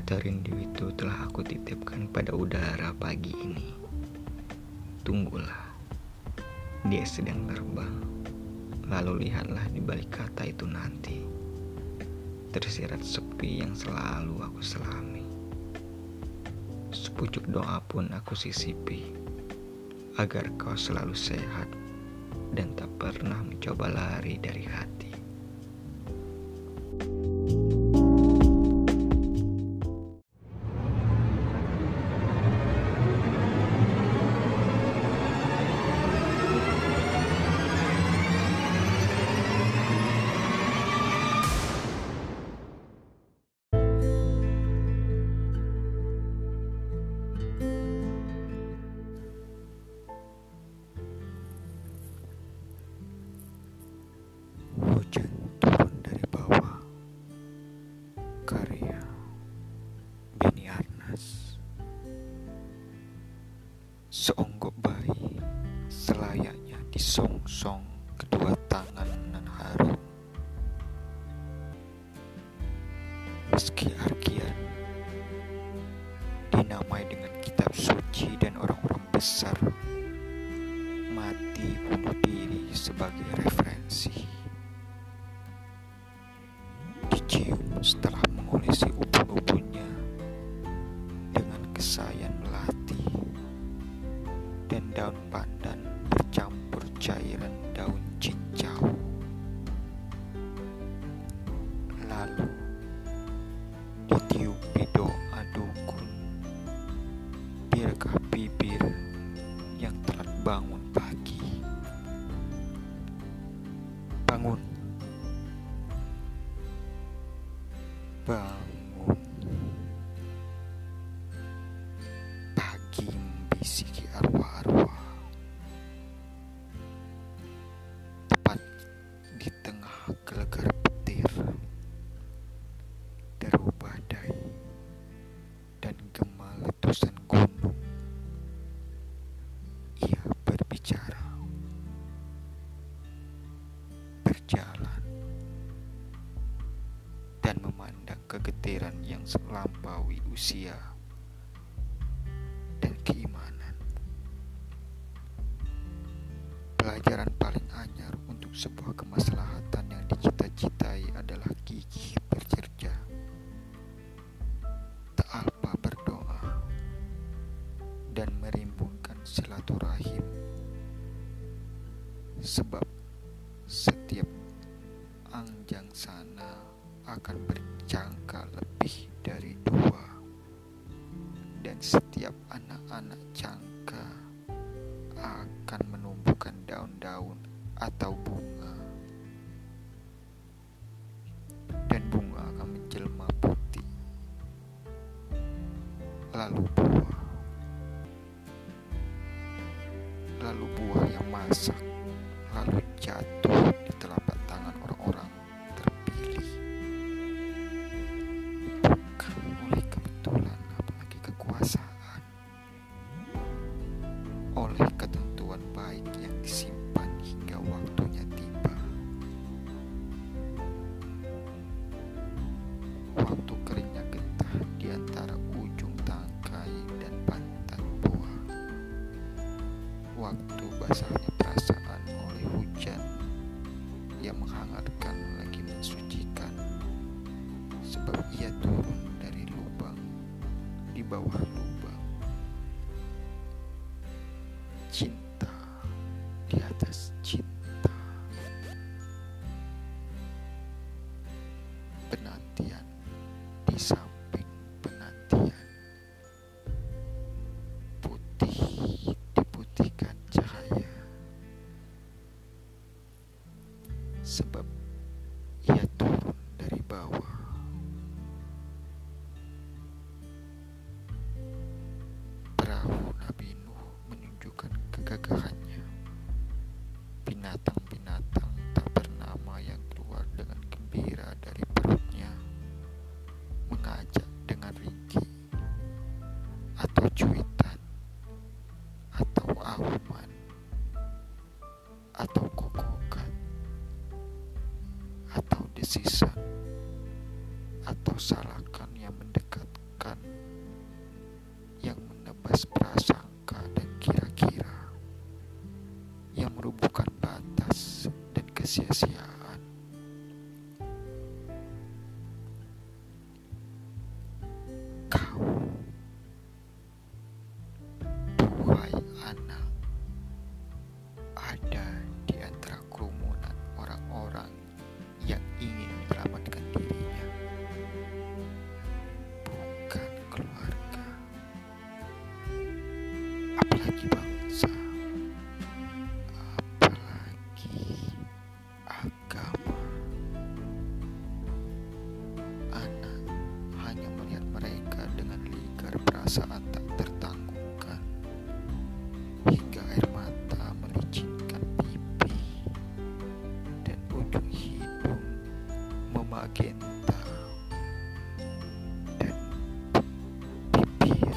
Kata rindu itu telah aku titipkan pada udara pagi ini. Tunggulah, dia sedang terbang. Lalu lihatlah di balik kata itu nanti. Tersirat sepi yang selalu aku selami. Sepucuk doa pun aku sisipi, agar kau selalu sehat dan tak pernah mencoba lari dari hati. Hujan turun dari bawah. Karya Beni Arnas. Seonggok bayi selayaknya disongsong kedua tangan nan harum. Meski argian dinamai dengan kitab suci dan orang-orang besar, mati bunuh diri sebagai referensi. Dicium setelah mengolesi ubun-ubunnya dengan kesayan melati, dan daun pandan bercampur cairan daun cincau. Lalu ditiupi doa dukun, biarkah bibir yang telat bangun pagi. Bangun, bangun. Pagi membisiki arwah-arwah. Tepat di tengah gelegar petir, deru badai, dan gema letusan gunung, ia berbicara. Berjalan dan memandang kegetiran yang melampaui usia dan keimanan. Pelajaran paling anyar untuk sebuah kemaslahatan yang dicita-citai adalah gigih bercerja, tak alpa berdoa, dan merimbungkan silaturahim. Sebab setiap anjang sana akan berjangka lebih dari dua, dan setiap anak-anak cangka akan menumbuhkan daun-daun atau bunga, dan bunga akan menjelma putih, lalu buah yang masak, lalu jatuh di telapak tangan orang-orang terpilih. Bukan oleh kebetulan apalagi kekuasaan, oleh ketentuan baik yang disimpan hingga waktunya tiba. Waktu keringnya getah di antara ujung tangkai dan pantat buah. Waktu basahnya perasaan oleh hujan yang menghangatkan lagi mensucikan, sebab ia turun dari lubang di bawah lubang. Cinta di atas cinta, penantian di samping penantian, putih diputihkan cahaya, sebab ia turun dari bawah. Perahu Nabi Nuh menunjukkan kegagahannya. Binatang-binatang tak bernama yang keluar dengan gembira dari perutnya, mengajak dengan ringkih, atau cuitan, atau auman, atau kokokan, atau desisan, atau salakan yang mendekat perasaan yang menebas prasangka dan kira-kira, yang merubuhkan batas dan kesia-siaan. Kau, buai anak, ada di antara kerumunan orang-orang yang ingin menyelamatkan dirinya, bukan keluarga, apalagi bangsa, apalagi agama. Anak hanya melihat mereka dengan ligar perasaan tak tertangguhkan, hingga air mata melicinkan pipi dan ujung hidung memagenta dan bibir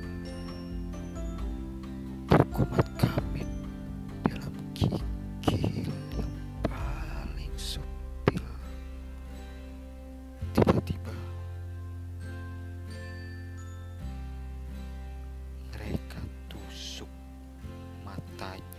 berkumat kamit dalam gigil yang paling supil. Tiba-tiba mereka tusuk matanya